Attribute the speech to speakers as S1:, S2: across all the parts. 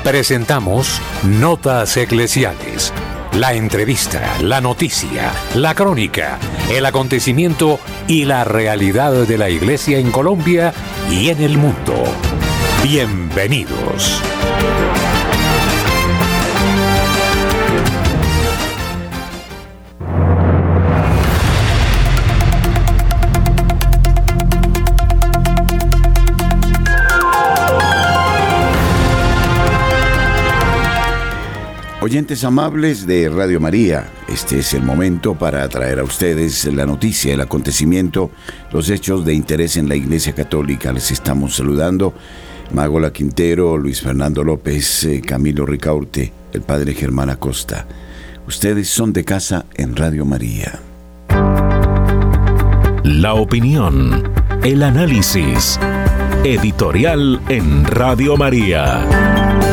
S1: Presentamos Notas Eclesiales. La entrevista, la noticia, la crónica, el acontecimiento y la realidad de la Iglesia en Colombia y en el mundo. Bienvenidos.
S2: Oyentes amables de Radio María, este es el momento para traer a ustedes la noticia, el acontecimiento, los hechos de interés en la Iglesia Católica. Les estamos saludando Mágola Quintero, Luis Fernando López, Camilo Ricaurte, el Padre Germán Acosta. Ustedes son de casa en Radio María.
S1: La opinión, el análisis, editorial en Radio María.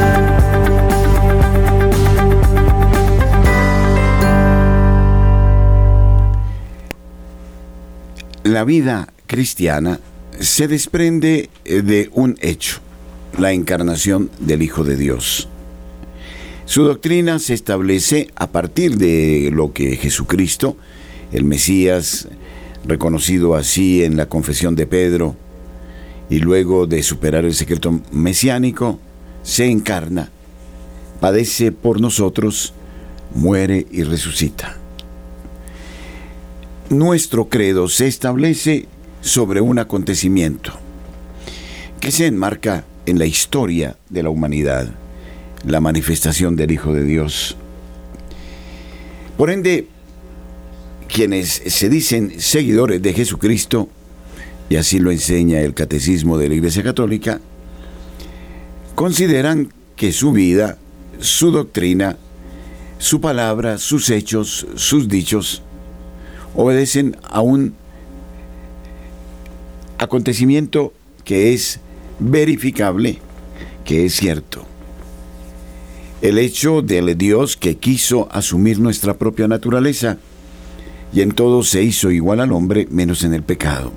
S2: La vida cristiana se desprende de un hecho, la encarnación del Hijo de Dios. Su doctrina se establece a partir de lo que Jesucristo, el Mesías, reconocido así en la confesión de Pedro, y luego de superar el secreto mesiánico, se encarna, padece por nosotros, muere y resucita. Nuestro credo se establece sobre un acontecimiento que se enmarca en la historia de la humanidad, la manifestación del Hijo de Dios. Por ende, quienes se dicen seguidores de Jesucristo, y así lo enseña el Catecismo de la Iglesia Católica, consideran que su vida, su doctrina, su palabra, sus hechos, sus dichos, obedecen a un acontecimiento que es verificable, que es cierto. El hecho del Dios que quiso asumir nuestra propia naturaleza y en todo se hizo igual al hombre, menos en el pecado.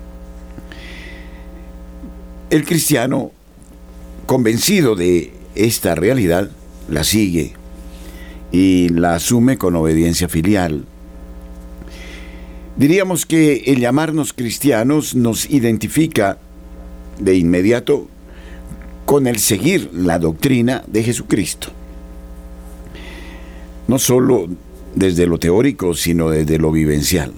S2: El cristiano, convencido de esta realidad, la sigue y la asume con obediencia filial. Diríamos que el llamarnos cristianos nos identifica de inmediato con el seguir la doctrina de Jesucristo. No solo desde lo teórico, sino desde lo vivencial.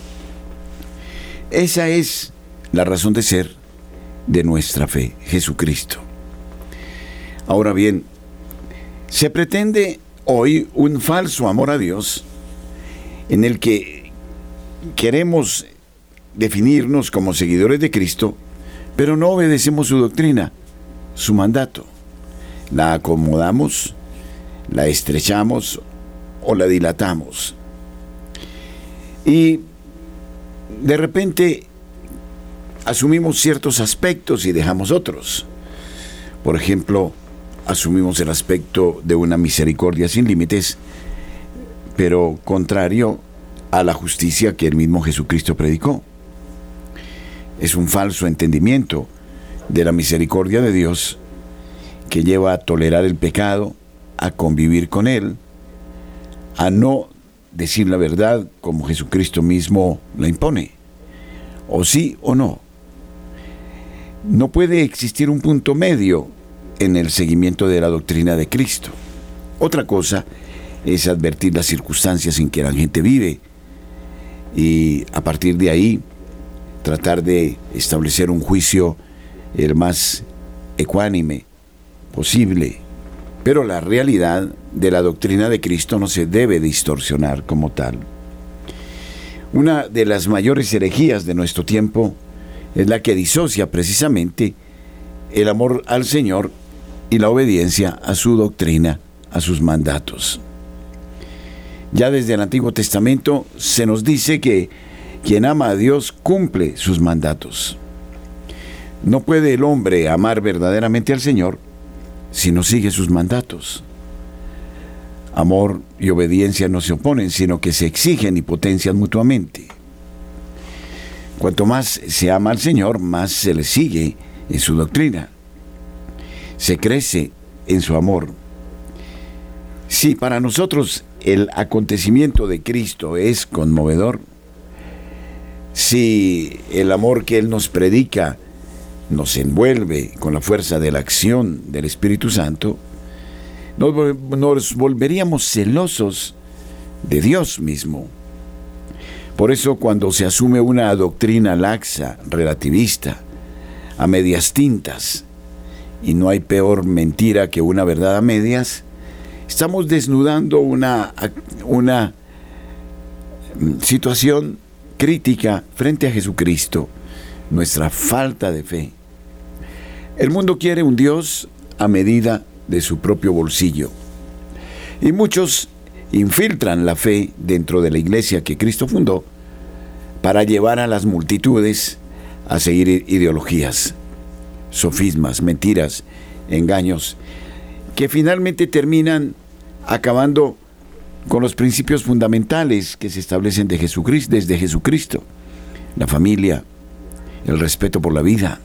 S2: Esa es la razón de ser de nuestra fe, Jesucristo. Ahora bien, se pretende hoy un falso amor a Dios en el que queremos definirnos como seguidores de Cristo, pero no obedecemos su doctrina, su mandato. La acomodamos, la estrechamos o la dilatamos. Y de repente asumimos ciertos aspectos y dejamos otros. Por ejemplo, asumimos el aspecto de una misericordia sin límites, pero contrario a la justicia que el mismo Jesucristo predicó. Es un falso entendimiento de la misericordia de Dios que lleva a tolerar el pecado, a convivir con él, a no decir la verdad como Jesucristo mismo la impone, o sí o no. No puede existir un punto medio en el seguimiento de la doctrina de Cristo. Otra cosa es advertir las circunstancias en que la gente vive y a partir de ahí tratar de establecer un juicio el más ecuánime posible. Pero la realidad de la doctrina de Cristo no se debe distorsionar como tal. Una de las mayores herejías de nuestro tiempo es la que disocia precisamente el amor al Señor y la obediencia a su doctrina, a sus mandatos. Ya desde el Antiguo Testamento se nos dice que quien ama a Dios cumple sus mandatos. No puede el hombre amar verdaderamente al Señor si no sigue sus mandatos. Amor y obediencia no se oponen, sino que se exigen y potencian mutuamente. Cuanto más se ama al Señor, más se le sigue en su doctrina. Se crece en su amor. Si para nosotros el acontecimiento de Cristo es conmovedor, si el amor que Él nos predica nos envuelve con la fuerza de la acción del Espíritu Santo, nos volveríamos celosos de Dios mismo. Por eso, cuando se asume una doctrina laxa, relativista, a medias tintas, y no hay peor mentira que una verdad a medias, estamos desnudando una situación crítica frente a Jesucristo, nuestra falta de fe. El mundo quiere un Dios a medida de su propio bolsillo, y muchos infiltran la fe dentro de la iglesia que Cristo fundó para llevar a las multitudes a seguir ideologías, sofismas, mentiras, engaños, que finalmente terminan acabando con los principios fundamentales que se establecen desde Jesucristo: la familia, el respeto por la vida,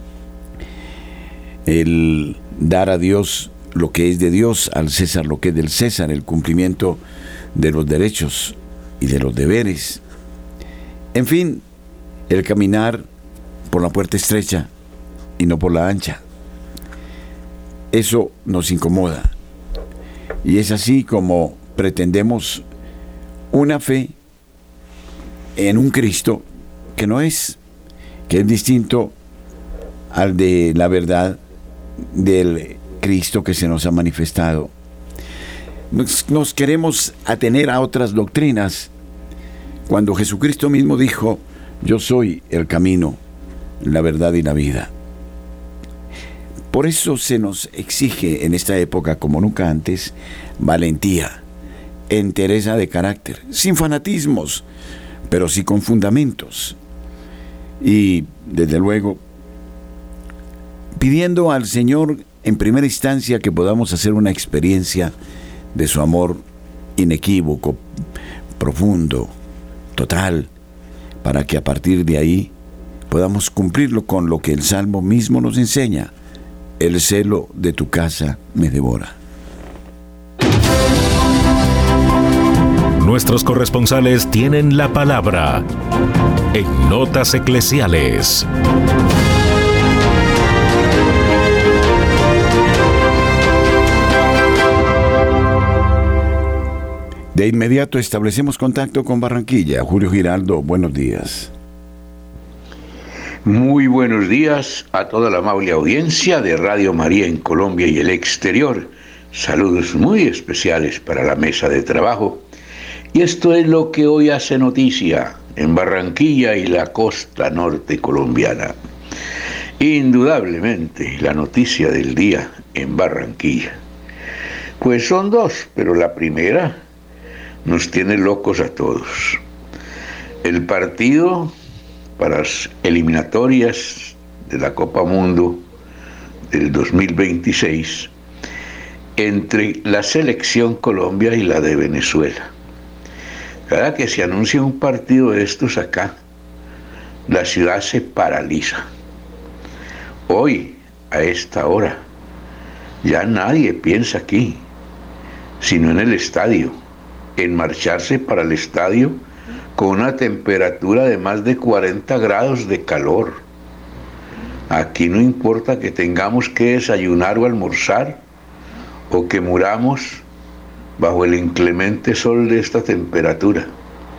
S2: el dar a Dios lo que es de Dios, al César lo que es del César, el cumplimiento de los derechos y de los deberes. En fin, el caminar por la puerta estrecha y no por la ancha. Eso nos incomoda. Y es así como pretendemos una fe en un Cristo que es distinto al de la verdad del Cristo que se nos ha manifestado. Nos queremos atener a otras doctrinas cuando Jesucristo mismo dijo: yo soy el camino, la verdad y la vida. Por eso se nos exige en esta época, como nunca antes, valentía, entereza de carácter, sin fanatismos, pero sí con fundamentos. Y, desde luego, pidiendo al Señor en primera instancia que podamos hacer una experiencia de su amor inequívoco, profundo, total, para que a partir de ahí podamos cumplirlo con lo que el Salmo mismo nos enseña: el celo de tu casa me devora.
S1: Nuestros corresponsales tienen la palabra en Notas Eclesiales.
S2: De inmediato establecemos contacto con Barranquilla. Julio Giraldo, buenos días.
S3: Muy buenos días a toda la amable audiencia de Radio María en Colombia y el exterior. Saludos muy especiales para la mesa de trabajo. Y esto es lo que hoy hace noticia en Barranquilla y la costa norte colombiana. Indudablemente la noticia del día en Barranquilla. Pues son dos, pero la primera nos tiene locos a todos. El partido para las eliminatorias de la Copa Mundo del 2026 entre la selección Colombia y la de Venezuela. Cada que se anuncia un partido de estos acá, la ciudad se paraliza. Hoy, a esta hora, ya nadie piensa aquí, sino en el estadio, en marcharse para el estadio con una temperatura de más de 40 grados de calor. Aquí no importa que tengamos que desayunar o almorzar, o que muramos bajo el inclemente sol de esta temperatura.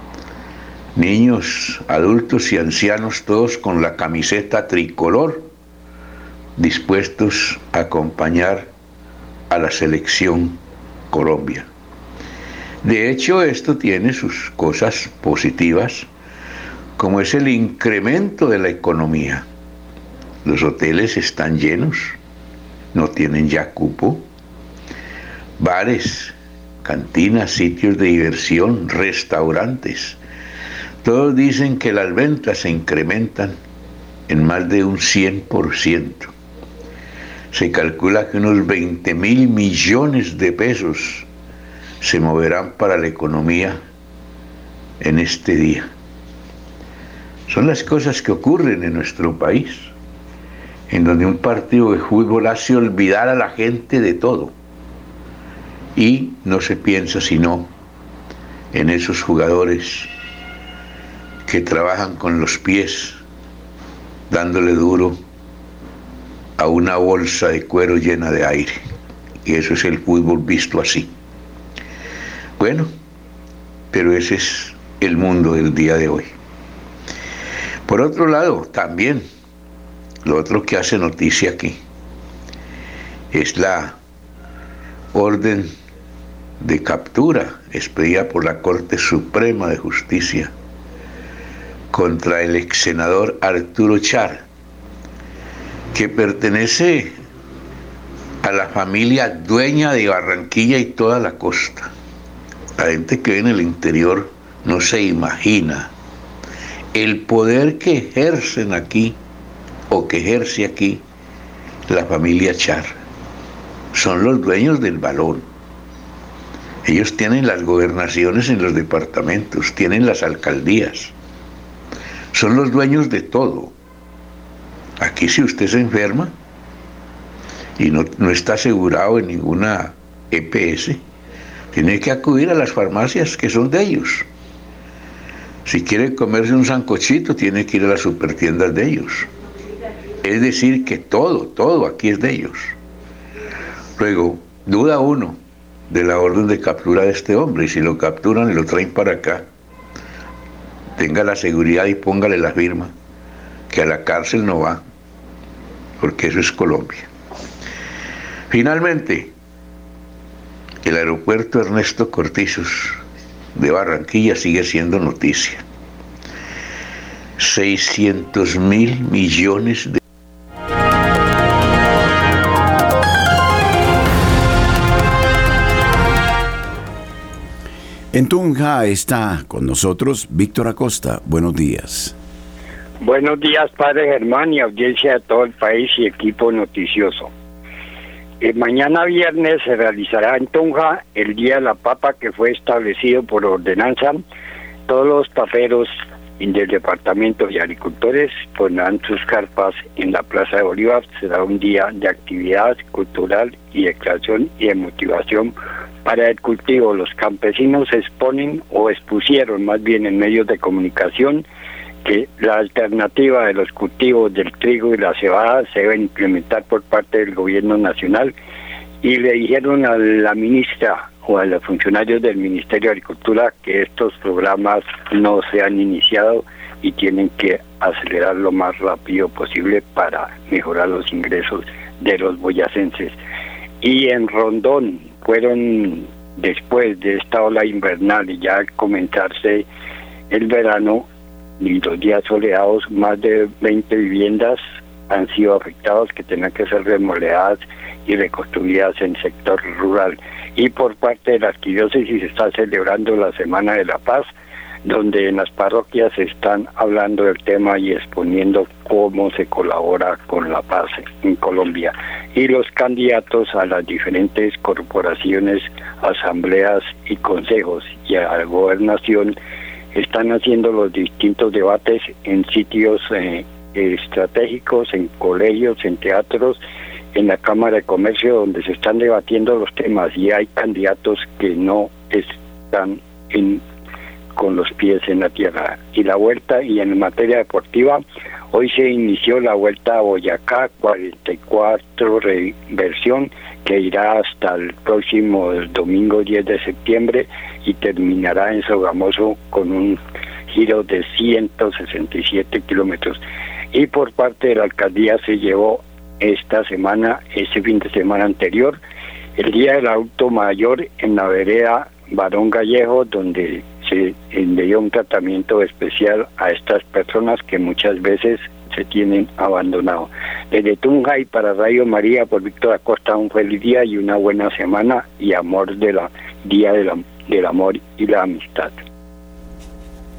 S3: Niños, adultos y ancianos, todos con la camiseta tricolor, dispuestos a acompañar a la selección Colombia. De hecho, esto tiene sus cosas positivas, como es el incremento de la economía. Los hoteles están llenos, no tienen ya cupo. Bares, cantinas, sitios de diversión, restaurantes, todos dicen que las ventas se incrementan en más de un 100%. Se calcula que unos 20.000 millones de pesos se moverán para la economía en este día. Son las cosas que ocurren en nuestro país. en donde un partido de fútbol hace olvidar a la gente de todo y no se piensa sino en esos jugadores que trabajan con los pies, dándole duro a una bolsa de cuero llena de aire. Y eso es el fútbol visto así. Bueno, pero ese es el mundo del día de hoy. Por otro lado, también, lo otro que hace noticia aquí es la orden de captura expedida por la Corte Suprema de Justicia contra el ex senador Arturo Char, que pertenece a la familia dueña de Barranquilla y toda la costa. La gente que vive en el interior no se imagina el poder que ejercen aquí o que ejerce aquí la familia Char. Son los dueños del balón. Ellos tienen las gobernaciones en los departamentos, tienen las alcaldías. Son los dueños de todo. Aquí si usted se enferma y no está asegurado en ninguna EPS, tiene que acudir a las farmacias que son de ellos. Si quiere comerse un sancochito, tiene que ir a las supertiendas de ellos. Es decir, que todo aquí es de ellos. Luego, duda uno de la orden de captura de este hombre, y si lo capturan y lo traen para acá, tenga la seguridad y póngale la firma, que a la cárcel no va, porque eso es Colombia. Finalmente, el aeropuerto Ernesto Cortizos de Barranquilla sigue siendo noticia. 600.000 millones de...
S2: En Tunja está con nosotros Víctor Acosta. Buenos días.
S4: Buenos días, padre Germán, y audiencia de todo el país y equipo noticioso. Mañana viernes se realizará en Tunja el Día de la Papa, que fue establecido por ordenanza. Todos los paperos del departamento y agricultores pondrán sus carpas en la Plaza de Bolívar. Será un día de actividad cultural y de creación y de motivación para el cultivo. Los campesinos exponen o expusieron más bien en medios de comunicación que la alternativa de los cultivos del trigo y la cebada se deben implementar por parte del gobierno nacional, y le dijeron a la ministra o a los funcionarios del Ministerio de Agricultura que estos programas no se han iniciado y tienen que acelerar lo más rápido posible para mejorar los ingresos de los boyacenses. Y en Rondón fueron, después de esta ola invernal y ya al comenzarse el verano y los días soleados, más de 20 viviendas han sido afectadas, que tendrán que ser remodeladas y reconstruidas en el sector rural. Y por parte de la arquidiócesis se está celebrando la Semana de la Paz, donde en las parroquias se están hablando del tema y exponiendo cómo se colabora con la paz en Colombia. Y los candidatos a las diferentes corporaciones, asambleas y consejos y a la gobernación están haciendo los distintos debates en sitios estratégicos, en colegios, en teatros, en la Cámara de Comercio, donde se están debatiendo los temas, y hay candidatos que no están con los pies en la tierra. Y la vuelta, y en materia deportiva, hoy se inició la Vuelta a Boyacá 44 versión, que irá hasta el próximo domingo 10 de septiembre y terminará en Sogamoso con un giro de 167 kilómetros. Y por parte de la alcaldía se llevó esta semana, este fin de semana anterior, el Día del Adulto Mayor en la vereda Barón Gallejo, donde se le dio un tratamiento especial a estas personas que muchas veces se tienen abandonado. Desde Tunja y para Radio María, por Víctor Acosta, un feliz día y una buena semana, y amor de la Día del Amor y la Amistad.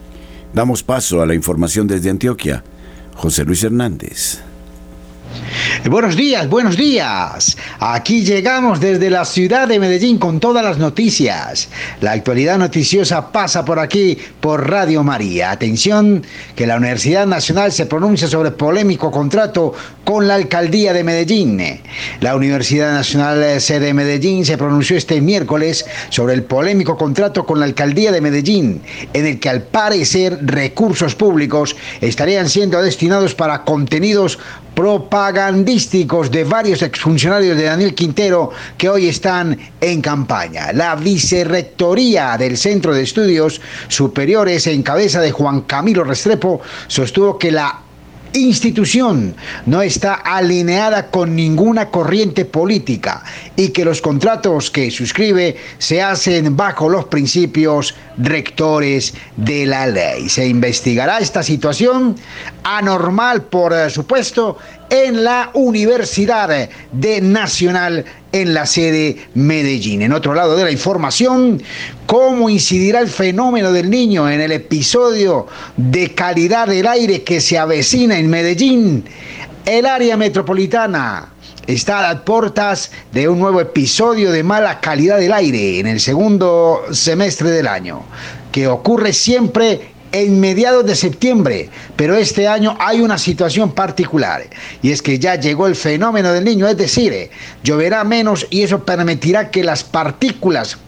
S2: Damos paso a la información desde Antioquia. José Luis Hernández.
S5: Buenos días, buenos días. Aquí llegamos desde la ciudad de Medellín con todas las noticias. La actualidad noticiosa pasa por aquí, por Radio María. Atención, que la Universidad Nacional se pronuncia sobre polémico contrato con la Alcaldía de Medellín. La Universidad Nacional sede Medellín se pronunció este miércoles sobre el polémico contrato con la Alcaldía de Medellín, en el que al parecer recursos públicos estarían siendo destinados para contenidos propagandísticos de varios exfuncionarios de Daniel Quintero que hoy están en campaña. La Vicerrectoría del Centro de Estudios Superiores, en cabeza de Juan Camilo Restrepo, sostuvo que la institución no está alineada con ninguna corriente política y que los contratos que suscribe se hacen bajo los principios rectores de la ley. Se investigará esta situación anormal, por supuesto, en la Universidad Nacional en la sede Medellín. En otro lado de la información, ¿cómo incidirá el fenómeno del Niño en el episodio de calidad del aire que se avecina en Medellín? El área metropolitana está a las puertas de un nuevo episodio de mala calidad del aire en el segundo semestre del año, que ocurre siempre en mediados de septiembre, pero este año hay una situación particular, y es que ya llegó el fenómeno del Niño, es decir, lloverá menos y eso permitirá que las partículas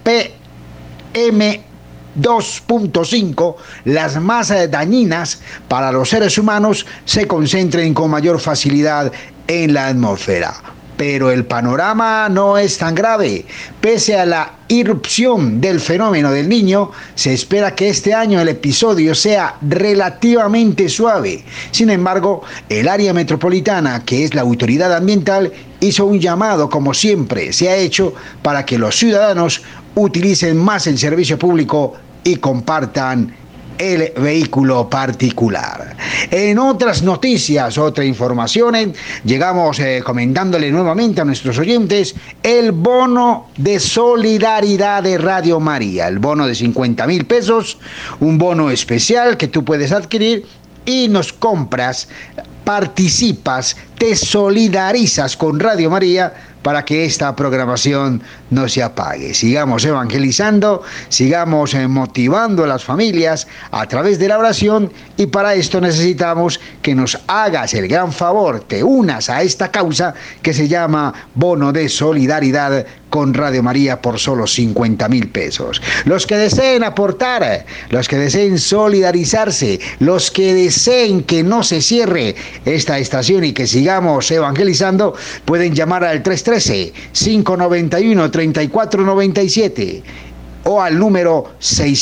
S5: PM2.5, las más dañinas para los seres humanos, se concentren con mayor facilidad en la atmósfera. Pero el panorama no es tan grave. Pese a la irrupción del fenómeno del Niño, se espera que este año el episodio sea relativamente suave. Sin embargo, el área metropolitana, que es la autoridad ambiental, hizo un llamado, como siempre se ha hecho, para que los ciudadanos utilicen más el servicio público y compartan el vehículo particular. En otras noticias, otra información, llegamos comentándole nuevamente a nuestros oyentes el bono de solidaridad de Radio María, el bono de 50,000 pesos, un bono especial que tú puedes adquirir y nos compras, participas, te solidarizas con Radio María para que esta programación no se apague. Sigamos evangelizando, sigamos motivando a las familias a través de la oración, y para esto necesitamos que nos hagas el gran favor, te unas a esta causa que se llama Bono de Solidaridad con Radio María por solo 50,000 pesos. Los que deseen aportar, los que deseen solidarizarse, los que deseen que no se cierre esta estación y que sigamos evangelizando, pueden llamar al 313-591-3497 o al número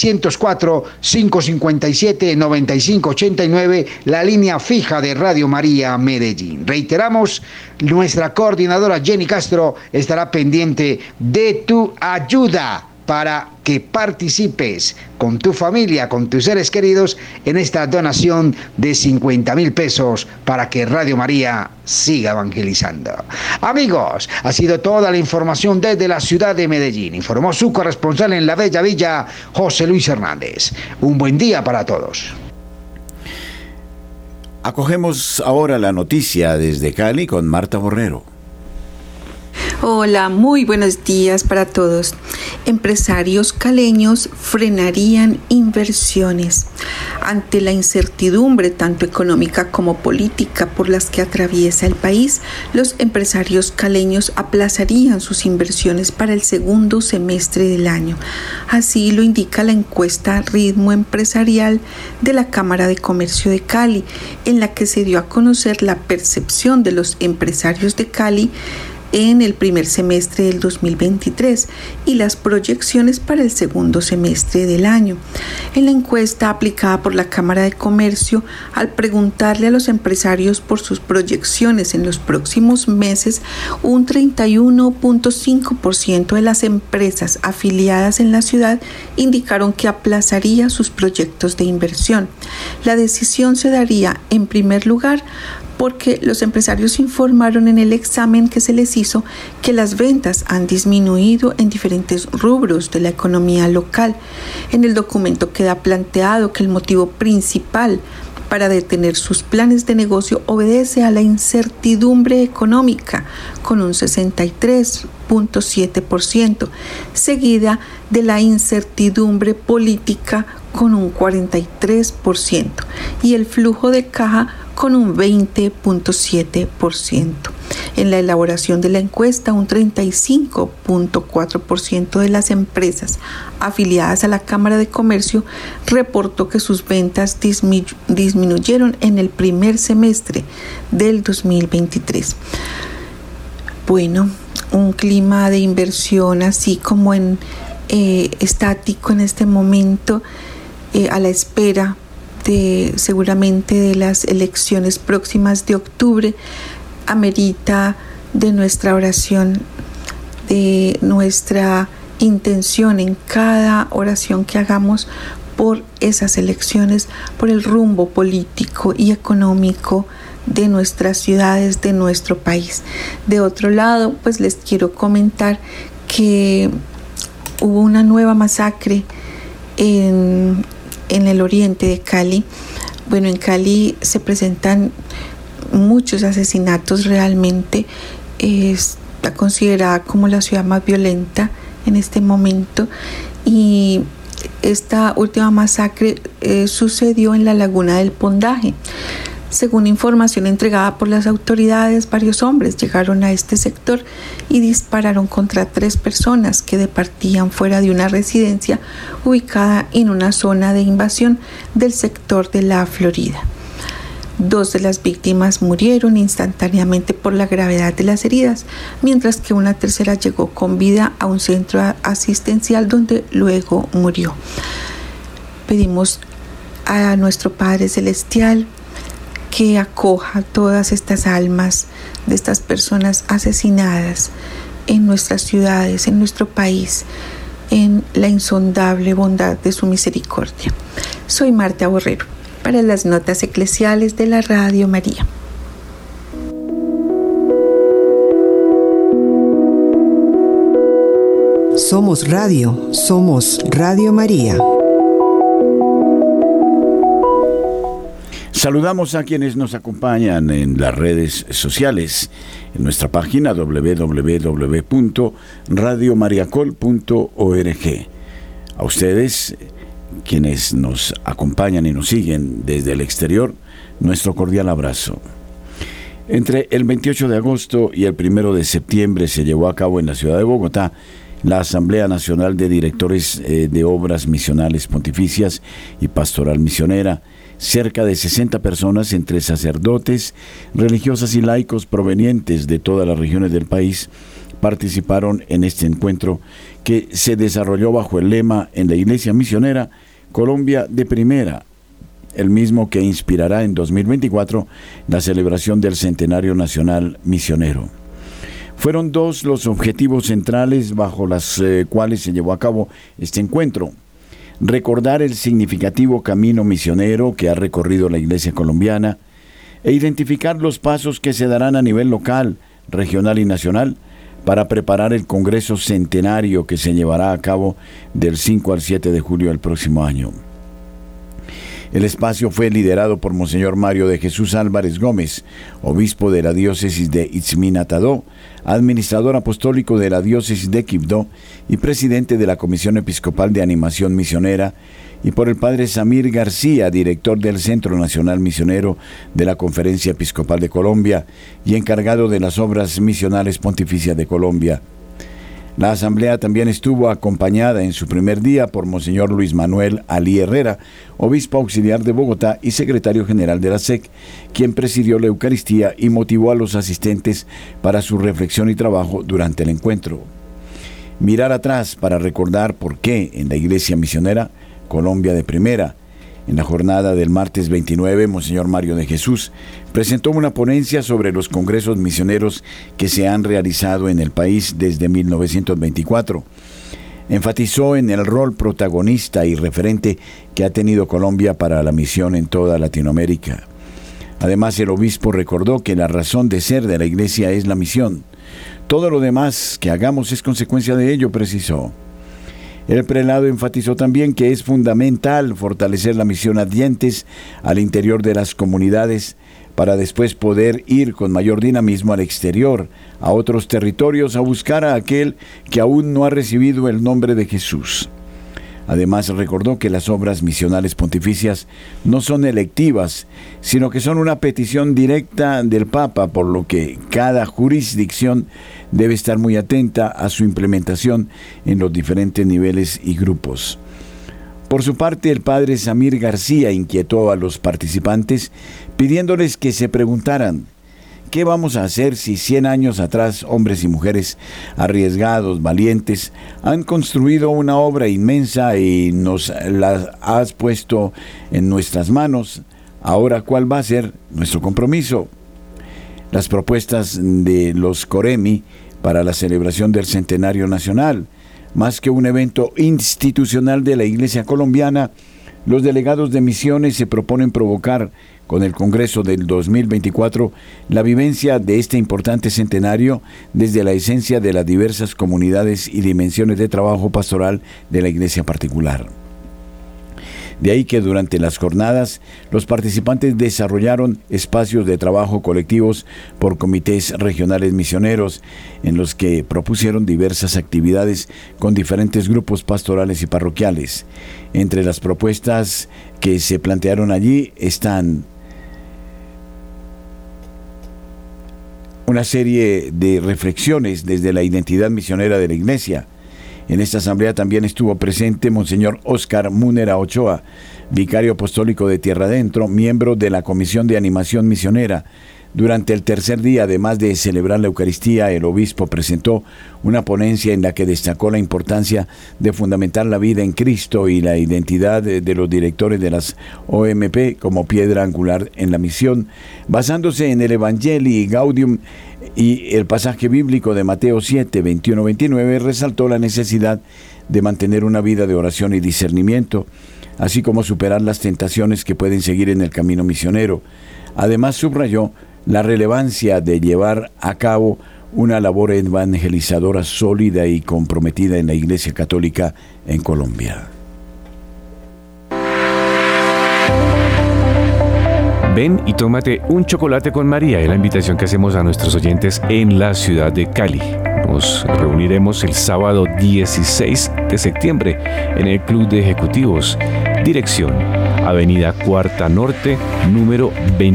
S5: 604-557-9589, la línea fija de Radio María Medellín. Reiteramos, nuestra coordinadora Jenny Castro estará pendiente de tu ayuda para que participes con tu familia, con tus seres queridos, en esta donación de 50,000 pesos para que Radio María siga evangelizando. Amigos, ha sido toda la información desde la ciudad de Medellín. Informó su corresponsal en la bella villa, José Luis Hernández. Un buen día para todos.
S2: Acogemos ahora la noticia desde Cali con Marta Borrero.
S6: Hola, muy buenos días para todos. Empresarios caleños frenarían inversiones. Ante la incertidumbre tanto económica como política por las que atraviesa el país, los empresarios caleños aplazarían sus inversiones para el segundo semestre del año. Así lo indica la encuesta Ritmo Empresarial de la Cámara de Comercio de Cali, en la que se dio a conocer la percepción de los empresarios de Cali en el primer semestre del 2023 y las proyecciones para el segundo semestre del año. En la encuesta aplicada por la Cámara de Comercio, al preguntarle a los empresarios por sus proyecciones en los próximos meses, un 31.5% de las empresas afiliadas en la ciudad indicaron que aplazaría sus proyectos de inversión. La decisión se daría, en primer lugar, porque los empresarios informaron en el examen que se les hizo que las ventas han disminuido en diferentes rubros de la economía local. En el documento queda planteado que el motivo principal para detener sus planes de negocio obedece a la incertidumbre económica, con un 63.7%, seguida de la incertidumbre política con un 43% y el flujo de caja con un 20.7%. En la elaboración de la encuesta, un 35.4% de las empresas afiliadas a la Cámara de Comercio reportó que sus ventas disminuyeron en el primer semestre del 2023. Bueno, un clima de inversión así como estático en este momento, a la espera seguramente de las elecciones próximas de octubre, amerita de nuestra oración, de nuestra intención en cada oración que hagamos por esas elecciones, por el rumbo político y económico de nuestras ciudades, de nuestro país. De otro lado, pues les quiero comentar que hubo una nueva masacre en el oriente de Cali. Bueno, en Cali se presentan muchos asesinatos realmente. Está considerada como la ciudad más violenta en este momento, y esta última masacre sucedió en la Laguna del Pondaje. Según información entregada por las autoridades, varios hombres llegaron a este sector y dispararon contra 3 personas que departían fuera de una residencia ubicada en una zona de invasión del sector de la Florida. 2 de las víctimas murieron instantáneamente por la gravedad de las heridas, mientras que una tercera llegó con vida a un centro asistencial donde luego murió. Pedimos a nuestro Padre Celestial que acoja todas estas almas de estas personas asesinadas en nuestras ciudades, en nuestro país, en la insondable bondad de su misericordia. Soy Marta Borrero, para las notas eclesiales de la Radio María.
S7: Somos Radio, somos Radio María.
S2: Saludamos a quienes nos acompañan en las redes sociales, en nuestra página www.radiomariacol.org. A ustedes, quienes nos acompañan y nos siguen desde el exterior, nuestro cordial abrazo. Entre el 28 de agosto y el 1 de septiembre se llevó a cabo en la ciudad de Bogotá la Asamblea Nacional de Directores de Obras Misionales Pontificias y Pastoral Misionera. Cerca de 60 personas, entre sacerdotes, religiosas y laicos provenientes de todas las regiones del país, participaron en este encuentro que se desarrolló bajo el lema en la Iglesia Misionera Colombia de Primera, el mismo que inspirará en 2024 la celebración del Centenario Nacional Misionero. Fueron 2 los objetivos centrales bajo los cuales se llevó a cabo este encuentro: recordar el significativo camino misionero que ha recorrido la Iglesia colombiana e identificar los pasos que se darán a nivel local, regional y nacional para preparar el Congreso Centenario que se llevará a cabo del 5 al 7 de julio del próximo año. El espacio fue liderado por Monseñor Mario de Jesús Álvarez Gómez, obispo de la diócesis de Itzminatadó, administrador apostólico de la diócesis de Quibdó y presidente de la Comisión Episcopal de Animación Misionera, y por el padre Samir García, director del Centro Nacional Misionero de la Conferencia Episcopal de Colombia y encargado de las obras misionales pontificias de Colombia. La asamblea también estuvo acompañada en su primer día por Monseñor Luis Manuel Alí Herrera, obispo auxiliar de Bogotá y secretario general de la SEC, quien presidió la Eucaristía y motivó a los asistentes para su reflexión y trabajo durante el encuentro. Mirar atrás para recordar por qué en la Iglesia Misionera Colombia de Primera. En la jornada del martes 29, Monseñor Mario de Jesús presentó una ponencia sobre los congresos misioneros que se han realizado en el país desde 1924. Enfatizó en el rol protagonista y referente que ha tenido Colombia para la misión en toda Latinoamérica. Además, el obispo recordó que la razón de ser de la Iglesia es la misión. Todo lo demás que hagamos es consecuencia de ello, precisó. El prelado enfatizó también que es fundamental fortalecer la misión Advientes al interior de las comunidades para después poder ir con mayor dinamismo al exterior, a otros territorios, a buscar a aquel que aún no ha recibido el nombre de Jesús. Además, recordó que las obras misionales pontificias no son electivas, sino que son una petición directa del Papa, por lo que cada jurisdicción debe estar muy atenta a su implementación en los diferentes niveles y grupos. Por su parte, el padre Samir García inquietó a los participantes pidiéndoles que se preguntaran: ¿qué vamos a hacer si 100 años atrás hombres y mujeres arriesgados, valientes, han construido una obra inmensa y nos la has puesto en nuestras manos? Ahora, ¿cuál va a ser nuestro compromiso? Las propuestas de los Coremi para la celebración del Centenario Nacional, más que un evento institucional de la Iglesia colombiana, los delegados de misiones se proponen provocar con el Congreso del 2024 la vivencia de este importante centenario desde la esencia de las diversas comunidades y dimensiones de trabajo pastoral de la Iglesia particular. De ahí que durante las jornadas los participantes desarrollaron espacios de trabajo colectivos por comités regionales misioneros, en los que propusieron diversas actividades con diferentes grupos pastorales y parroquiales. Entre las propuestas que se plantearon allí están una serie de reflexiones desde la identidad misionera de la Iglesia. En esta asamblea también estuvo presente Monseñor Óscar Múnera Ochoa, vicario apostólico de Tierra Adentro, miembro de la Comisión de Animación Misionera. Durante el tercer día, además de celebrar la Eucaristía, el obispo presentó una ponencia en la que destacó la importancia de fundamentar la vida en Cristo y la identidad de los directores de las OMP como piedra angular en la misión, basándose en el Evangelii Gaudium y el pasaje bíblico de Mateo 7, 21-29, resaltó la necesidad de mantener una vida de oración y discernimiento, así como superar las tentaciones que pueden seguir en el camino misionero. Además, subrayó la relevancia de llevar a cabo una labor evangelizadora sólida y comprometida en la Iglesia Católica en Colombia.
S8: Ven y tómate un chocolate con María, es la invitación que hacemos a nuestros oyentes en la ciudad de Cali. Nos reuniremos el sábado 16 de septiembre en el Club de Ejecutivos. Dirección: Avenida Cuarta Norte, número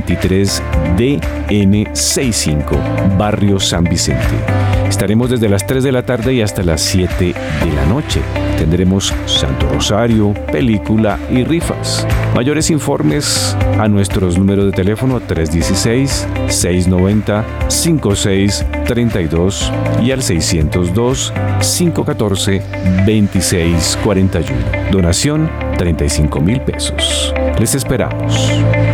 S8: 23DN65, Barrio San Vicente. Estaremos desde las 3 de la tarde y hasta las 7 de la noche. Tendremos Santo Rosario, película y rifas. Mayores informes a nuestros números de teléfono 316-690-5632 y al 602-514-2641. Donación 35,000 pesos. Les esperamos.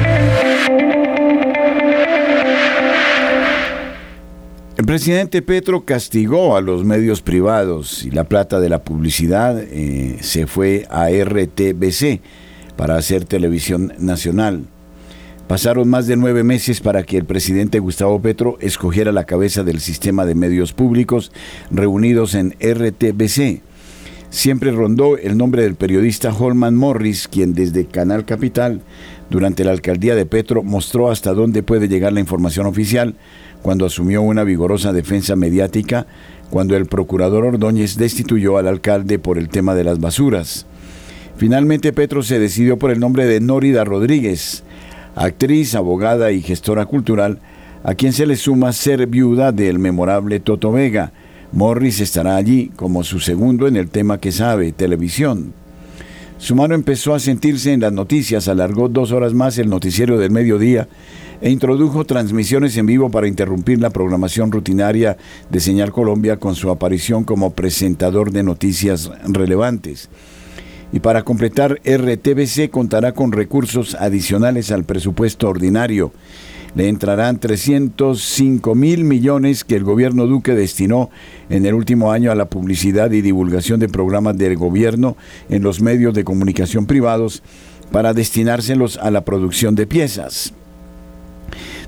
S2: El presidente Petro castigó a los medios privados y la plata de la publicidad se fue a RTBC para hacer televisión nacional. Pasaron más de 9 meses para que el presidente Gustavo Petro escogiera la cabeza del sistema de medios públicos reunidos en RTBC. Siempre rondó el nombre del periodista Holman Morris, quien desde Canal Capital, durante la alcaldía de Petro, mostró hasta dónde puede llegar la información oficial cuando asumió una vigorosa defensa mediática cuando el procurador Ordóñez destituyó al alcalde por el tema de las basuras. Finalmente Petro se decidió por el nombre de Nórida Rodríguez, actriz, abogada y gestora cultural, a quien se le suma ser viuda del memorable Toto Vega. Morris estará allí como su segundo en el tema que sabe, televisión. Su mano empezó a sentirse en las noticias, alargó 2 horas más el noticiero del mediodía e introdujo transmisiones en vivo para interrumpir la programación rutinaria de Señal Colombia con su aparición como presentador de noticias relevantes. Y para completar, RTBC contará con recursos adicionales al presupuesto ordinario. Le entrarán 305,000 millones que el gobierno Duque destinó en el último año a la publicidad y divulgación de programas del gobierno en los medios de comunicación privados para destinárselos a la producción de piezas.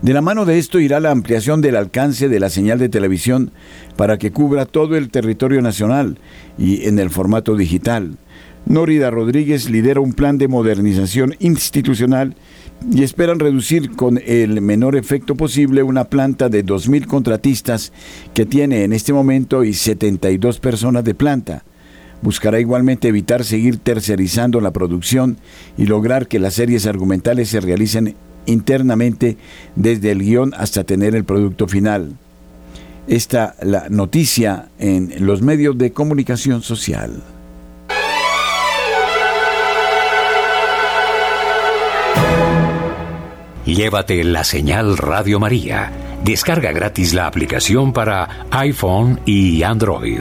S2: De la mano de esto irá la ampliación del alcance de la señal de televisión para que cubra todo el territorio nacional y en el formato digital. Nórida Rodríguez lidera un plan de modernización institucional y esperan reducir con el menor efecto posible una planta de 2.000 contratistas que tiene en este momento y 72 personas de planta. Buscará igualmente evitar seguir tercerizando la producción y lograr que las series argumentales se realicen internamente desde el guión hasta tener el producto final. Esta la noticia en los medios de comunicación social.
S1: Llévate la señal Radio María. Descarga gratis la aplicación para iPhone y Android.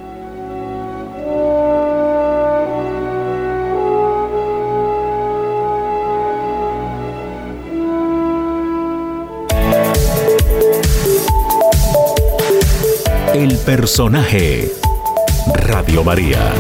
S1: El personaje. Radio María.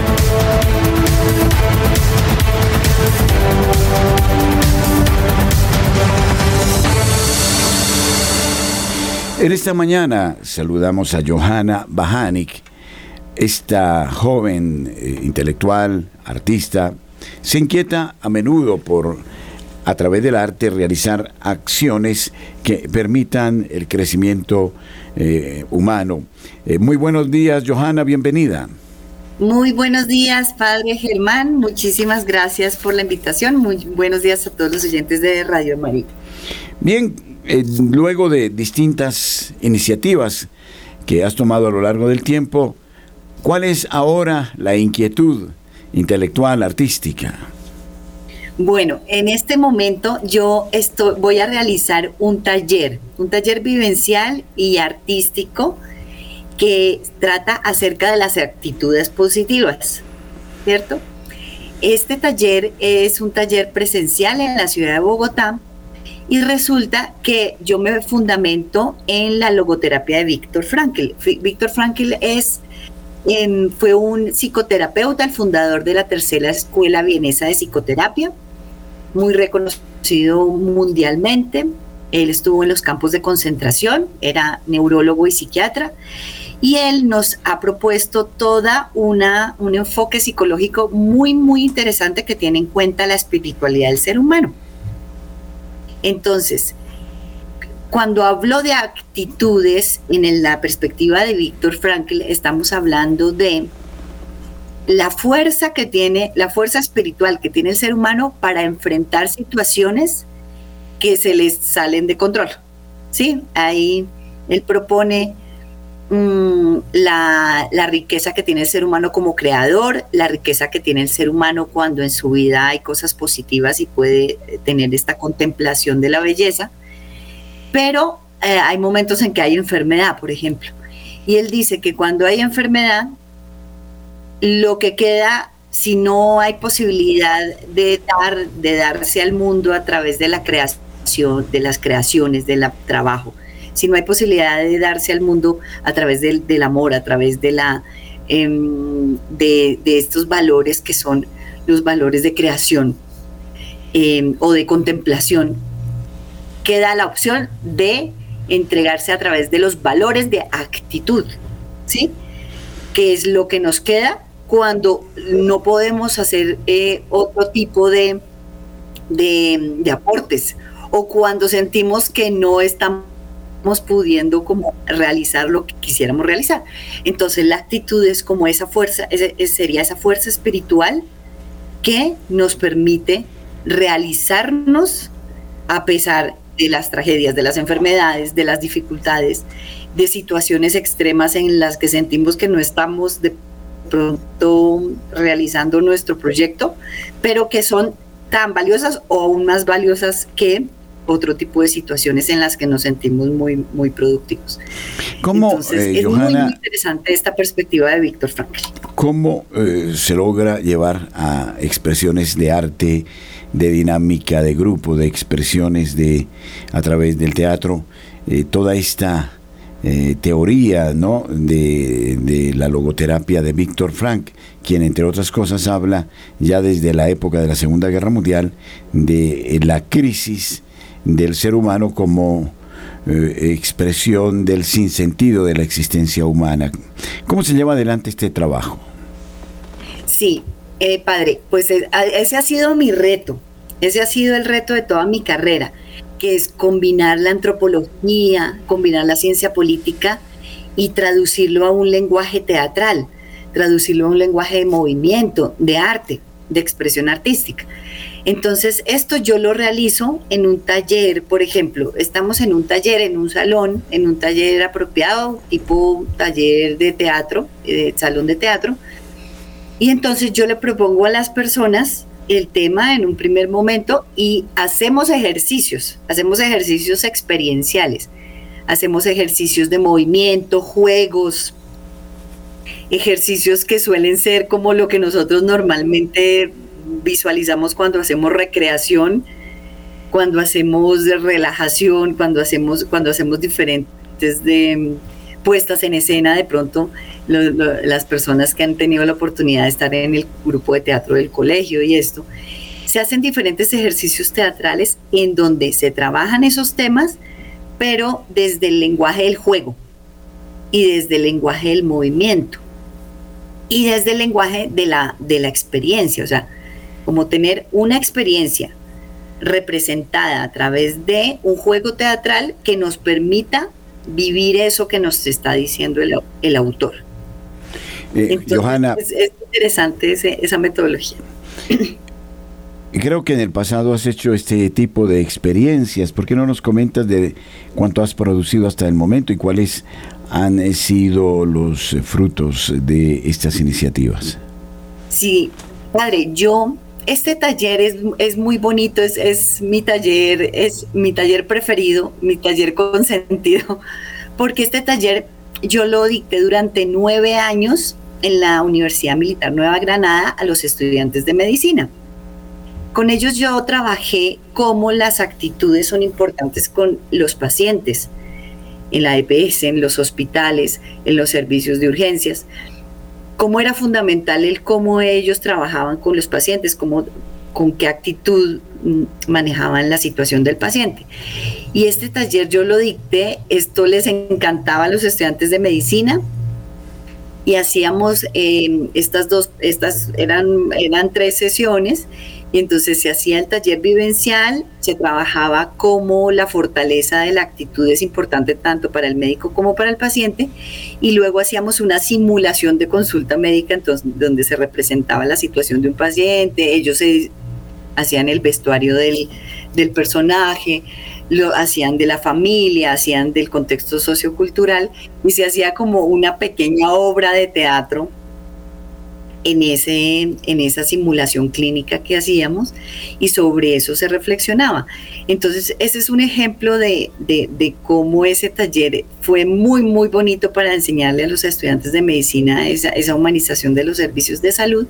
S2: En esta mañana saludamos a Johanna Bajanik. Esta joven intelectual, artista, se inquieta a menudo por, a través del arte, realizar acciones que permitan el crecimiento humano. Muy buenos días, Johanna, bienvenida.
S9: Muy buenos días, Padre Germán. Muchísimas gracias por la invitación. Muy buenos días a todos los oyentes de Radio María.
S2: Bien, luego de distintas iniciativas que has tomado a lo largo del tiempo, ¿cuál es ahora la inquietud intelectual, artística?
S9: Bueno, en este momento yo voy a realizar un taller vivencial y artístico que trata acerca de las actitudes positivas, ¿cierto? Este taller es un taller presencial en la ciudad de Bogotá y resulta que yo me fundamento en la logoterapia de Viktor Frankl. Viktor Frankl fue un psicoterapeuta, el fundador de la tercera escuela vienesa de psicoterapia, muy reconocido mundialmente. Él estuvo en los campos de concentración, era neurólogo y psiquiatra, y él nos ha propuesto un enfoque psicológico muy, muy interesante que tiene en cuenta la espiritualidad del ser humano. Entonces, cuando hablo de actitudes en la perspectiva de Viktor Frankl, estamos hablando de la fuerza espiritual que tiene el ser humano para enfrentar situaciones que se les salen de control. ¿Sí? Ahí él propone la riqueza que tiene el ser humano como creador, la riqueza que tiene el ser humano cuando en su vida hay cosas positivas y puede tener esta contemplación de la belleza, pero hay momentos en que hay enfermedad, por ejemplo, y él dice que cuando hay enfermedad, lo que queda, si no hay posibilidad de darse al mundo a través de la creación, de las creaciones, del trabajo, si no hay posibilidad de darse al mundo a través del amor, a través de estos valores que son los valores de creación o de contemplación, queda la opción de entregarse a través de los valores de actitud, ¿sí? Que es lo que nos queda cuando no podemos hacer otro tipo de aportes, o cuando sentimos que no estamos pudiendo como realizar lo que quisiéramos realizar. Entonces la actitud es como esa fuerza, sería esa fuerza espiritual que nos permite realizarnos a pesar de las tragedias, de las enfermedades, de las dificultades, de situaciones extremas en las que sentimos que no estamos de pronto realizando nuestro proyecto, pero que son tan valiosas o aún más valiosas que otro tipo de situaciones en las que nos sentimos muy, muy productivos. Entonces, es Johanna, muy interesante esta perspectiva de Viktor Frankl.
S2: ¿Cómo se logra llevar a expresiones de arte, de dinámica de grupo, de expresiones a través del teatro, toda esta teoría, ¿no?, de la logoterapia de Viktor Frankl, quien entre otras cosas habla ya desde la época de la Segunda Guerra Mundial de la crisis del ser humano como expresión del sinsentido de la existencia humana. ¿Cómo se lleva adelante este trabajo?
S9: Sí, padre, pues ese ha sido mi reto, ese ha sido el reto de toda mi carrera, que es combinar la antropología, combinar la ciencia política y traducirlo a un lenguaje teatral, traducirlo a un lenguaje de movimiento, de arte, de expresión artística. Entonces, esto yo lo realizo en un taller, por ejemplo, estamos en un taller, en un salón, en un taller apropiado, tipo taller de teatro, salón de teatro, y entonces yo le propongo a las personas el tema en un primer momento y hacemos ejercicios experienciales, hacemos ejercicios de movimiento, juegos, ejercicios que suelen ser como lo que nosotros normalmente visualizamos cuando hacemos recreación, cuando hacemos relajación, cuando hacemos diferentes de puestas en escena. De pronto las personas que han tenido la oportunidad de estar en el grupo de teatro del colegio y esto, se hacen diferentes ejercicios teatrales en donde se trabajan esos temas, pero desde el lenguaje del juego y desde el lenguaje del movimiento y desde el lenguaje de la experiencia, o sea, como tener una experiencia representada a través de un juego teatral que nos permita vivir eso que nos está diciendo el autor. Entonces,
S2: Johanna,
S9: es interesante esa metodología.
S2: Creo que en el pasado has hecho este tipo de experiencias. ¿Por qué no nos comentas de cuánto has producido hasta el momento y cuáles han sido los frutos de estas iniciativas?
S9: Sí, padre, este taller es muy bonito, es mi taller preferido, mi taller consentido, porque este taller yo lo dicté durante 9 años en la Universidad Militar Nueva Granada a los estudiantes de medicina. Con ellos yo trabajé cómo las actitudes son importantes con los pacientes, en la EPS, en los hospitales, en los servicios de urgencias. Cómo era fundamental cómo ellos trabajaban con los pacientes, con qué actitud manejaban la situación del paciente. Y este taller yo lo dicté, esto les encantaba a los estudiantes de medicina, y hacíamos eran 3 sesiones, y entonces se hacía el taller vivencial, se trabajaba cómo la fortaleza de la actitud es importante tanto para el médico como para el paciente, y luego hacíamos una simulación de consulta médica, entonces, donde se representaba la situación de un paciente, ellos hacían el vestuario del personaje, lo hacían de la familia, hacían del contexto sociocultural, y se hacía como una pequeña obra de teatro en esa simulación clínica que hacíamos, y sobre eso se reflexionaba. Entonces ese es un ejemplo de cómo ese taller fue muy muy bonito para enseñarle a los estudiantes de medicina esa humanización de los servicios de salud,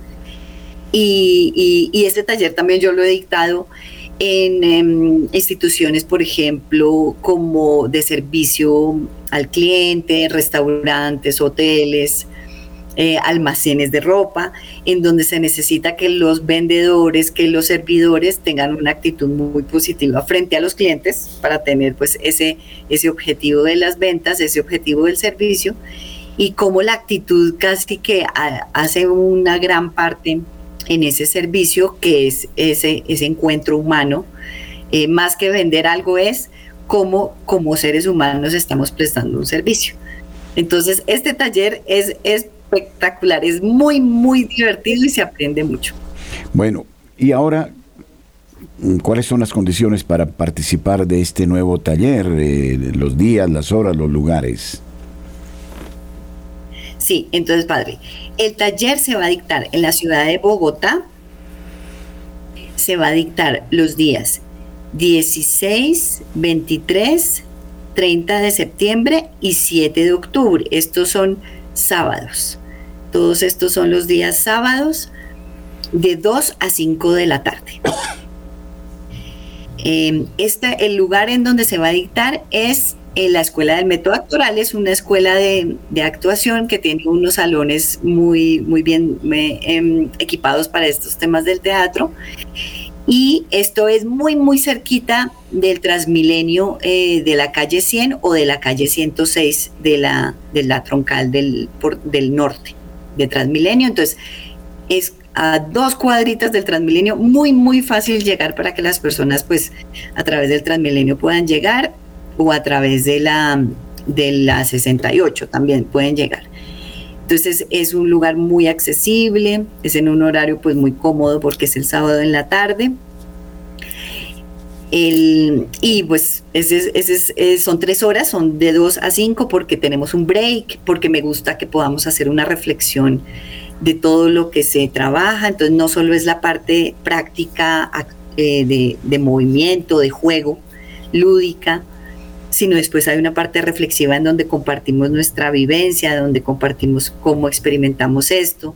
S9: y este taller también yo lo he dictado en instituciones, por ejemplo, como de servicio al cliente, restaurantes, hoteles, almacenes de ropa, en donde se necesita que los vendedores, que los servidores tengan una actitud muy positiva frente a los clientes para tener pues ese objetivo de las ventas, ese objetivo del servicio, y cómo la actitud casi que hace una gran parte en ese servicio, que es ese encuentro humano. Más que vender algo, es cómo como seres humanos estamos prestando un servicio. Entonces este taller es espectacular, es muy muy divertido y se aprende mucho.
S2: Bueno, y ahora, ¿cuáles son las condiciones para participar de este nuevo taller? Los días, las horas, los lugares.
S9: Sí, entonces, padre, el taller se va a dictar en la ciudad de Bogotá, se va a dictar los días 16, 23, 30 de septiembre y 7 de octubre. Estos son sábados. Todos estos son los días sábados de 2 a 5 de la tarde. El lugar en donde se va a dictar es en la Escuela del Método Actoral. Es una escuela de actuación que tiene unos salones muy, muy bien equipados para estos temas del teatro. Y esto es muy, muy cerquita del Transmilenio de la calle 100 o de la calle 106 de la troncal del norte de Transmilenio. Entonces, es a 2 cuadritas del Transmilenio, muy, muy fácil llegar para que las personas, pues, a través del Transmilenio puedan llegar, o a través de la 68 también pueden llegar. Entonces es un lugar muy accesible, es en un horario pues muy cómodo porque es el sábado en la tarde. Y pues son 3 horas, son de 2 a 5 porque tenemos un break, porque me gusta que podamos hacer una reflexión de todo lo que se trabaja. Entonces no solo es la parte práctica de movimiento, de juego, lúdica, sino después hay una parte reflexiva en donde compartimos nuestra vivencia, donde compartimos cómo experimentamos esto.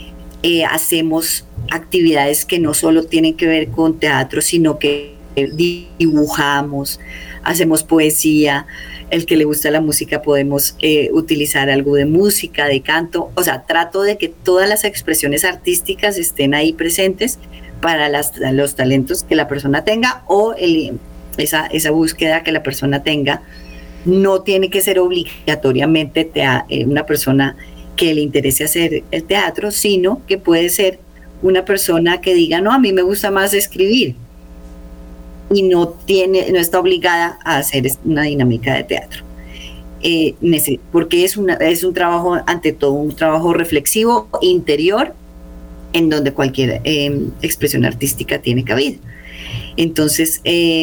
S9: Hacemos actividades que no solo tienen que ver con teatro, sino que dibujamos, hacemos poesía. El que le gusta la música podemos utilizar algo de música, de canto. O sea, trato de que todas las expresiones artísticas estén ahí presentes para los talentos que la persona tenga o esa búsqueda que la persona tenga. No tiene que ser obligatoriamente una persona que le interese hacer el teatro, sino que puede ser una persona que diga, no, a mí me gusta más escribir, y no está obligada a hacer una dinámica de teatro. Porque es un trabajo, ante todo, un trabajo reflexivo, interior, en donde cualquier expresión artística tiene cabida. Entonces,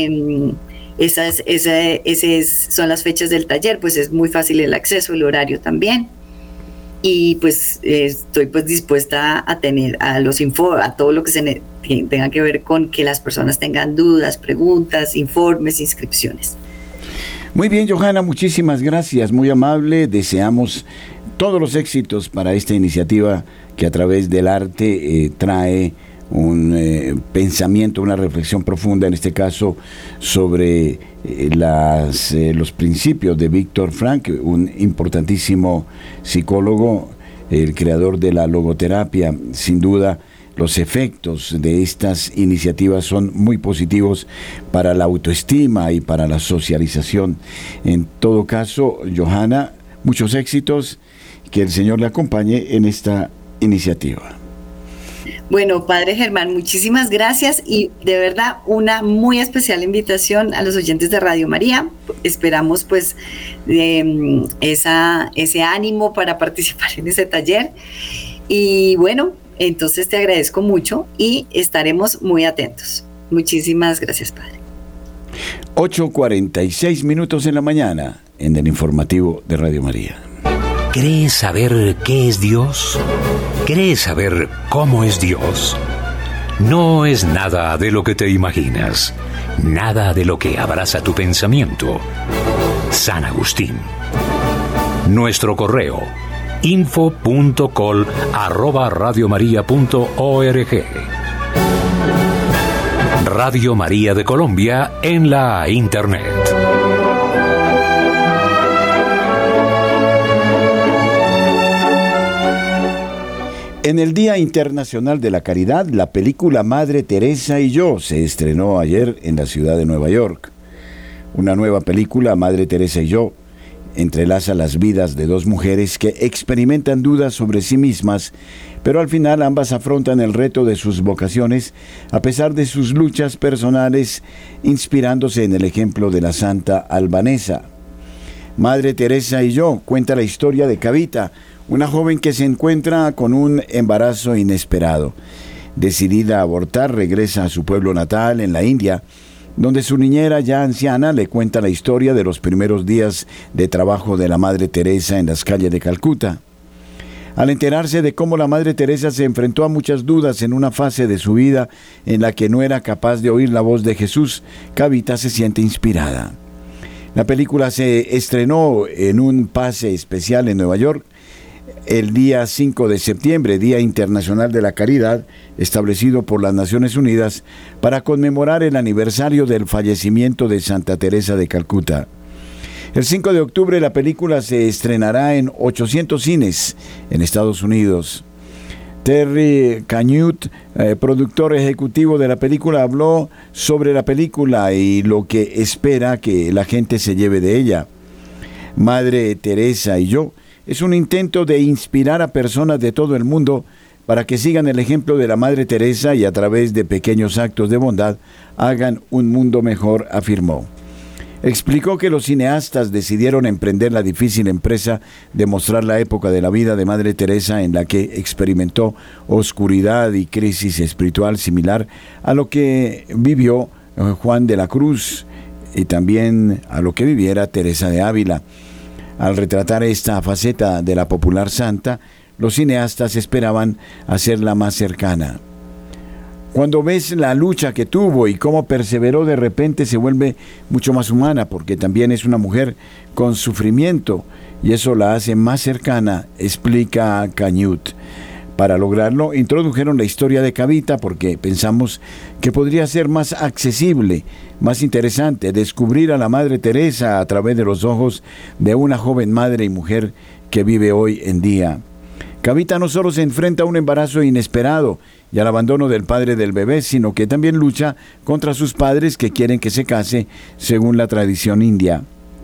S9: esas son las fechas del taller. Pues es muy fácil el acceso, el horario también. Y pues estoy pues dispuesta a tener a todo lo que tenga que ver con que las personas tengan dudas, preguntas, informes, inscripciones.
S2: Muy bien, Johanna, muchísimas gracias, muy amable. Deseamos todos los éxitos para esta iniciativa que a través del arte trae un pensamiento, una reflexión profunda, en este caso sobre los principios de Víctor Frank, un importantísimo psicólogo, el creador de la logoterapia. Sin duda, los efectos de estas iniciativas son muy positivos para la autoestima y para la socialización. En todo caso, Johanna, muchos éxitos, que el Señor le acompañe en esta iniciativa.
S9: Bueno, Padre Germán, muchísimas gracias, y de verdad una muy especial invitación a los oyentes de Radio María. Esperamos pues ese ánimo para participar en ese taller, y bueno, entonces te agradezco mucho y estaremos muy atentos. Muchísimas gracias, Padre.
S2: 8:46 en la mañana en el informativo de Radio María.
S1: ¿Crees saber qué es Dios? ¿Crees saber cómo es Dios? No es nada de lo que te imaginas, nada de lo que abraza tu pensamiento. San Agustín. Nuestro correo: info.col@radiomaria.org. Radio María de Colombia en la Internet.
S2: En el Día Internacional de la Caridad, la película Madre Teresa y yo se estrenó ayer en la ciudad de Nueva York. Una nueva película, Madre Teresa y yo, entrelaza las vidas de 2 mujeres que experimentan dudas sobre sí mismas, pero al final ambas afrontan el reto de sus vocaciones a pesar de sus luchas personales, inspirándose en el ejemplo de la santa albanesa. Madre Teresa y yo cuenta la historia de Kavita, una joven que se encuentra con un embarazo inesperado. Decidida a abortar, regresa a su pueblo natal en la India, donde su niñera ya anciana le cuenta la historia de los primeros días de trabajo de la Madre Teresa en las calles de Calcuta. Al enterarse de cómo la Madre Teresa se enfrentó a muchas dudas en una fase de su vida en la que no era capaz de oír la voz de Jesús, Kavita se siente inspirada. La película se estrenó en un pase especial en Nueva York el día 5 de septiembre, Día Internacional de la Caridad, establecido por las Naciones Unidas para conmemorar el aniversario del fallecimiento de Santa Teresa de Calcuta. El 5 de octubre la película se estrenará en 800 cines en Estados Unidos. Terry Cañut, productor ejecutivo de la película, habló sobre la película y lo que espera que la gente se lleve de ella. Madre Teresa y yo es un intento de inspirar a personas de todo el mundo para que sigan el ejemplo de la Madre Teresa y a través de pequeños actos de bondad hagan un mundo mejor, afirmó. Explicó que los cineastas decidieron emprender la difícil empresa de mostrar la época de la vida de Madre Teresa en la que experimentó oscuridad y crisis espiritual similar a lo que vivió Juan de la Cruz y también a lo que viviera Teresa de Ávila. Al retratar esta faceta de la popular santa, los cineastas esperaban hacerla más cercana. Cuando ves la lucha que tuvo y cómo perseveró, de repente se vuelve mucho más humana, porque también es una mujer con sufrimiento y eso la hace más cercana, explica Cañut. Para lograrlo, introdujeron la historia de Kavita porque pensamos que podría ser más accesible, más interesante, descubrir a la Madre Teresa a través de los ojos de una joven madre y mujer que vive hoy en día. Kavita no solo se enfrenta a un embarazo inesperado y al abandono del padre del bebé, sino que también lucha contra sus padres que quieren que se case según la tradición india.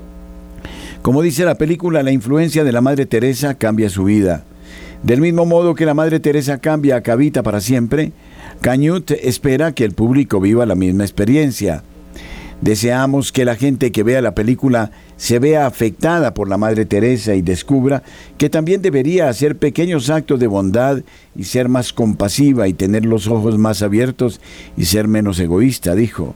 S2: Como dice la película, la influencia de la Madre Teresa cambia su vida. Del mismo modo que la Madre Teresa cambia a Kavita para siempre, Cañut espera que el público viva la misma experiencia. Deseamos que la gente que vea la película se vea afectada por la Madre Teresa y descubra que también debería hacer pequeños actos de bondad y ser más compasiva y tener los ojos más abiertos y ser menos egoísta, dijo.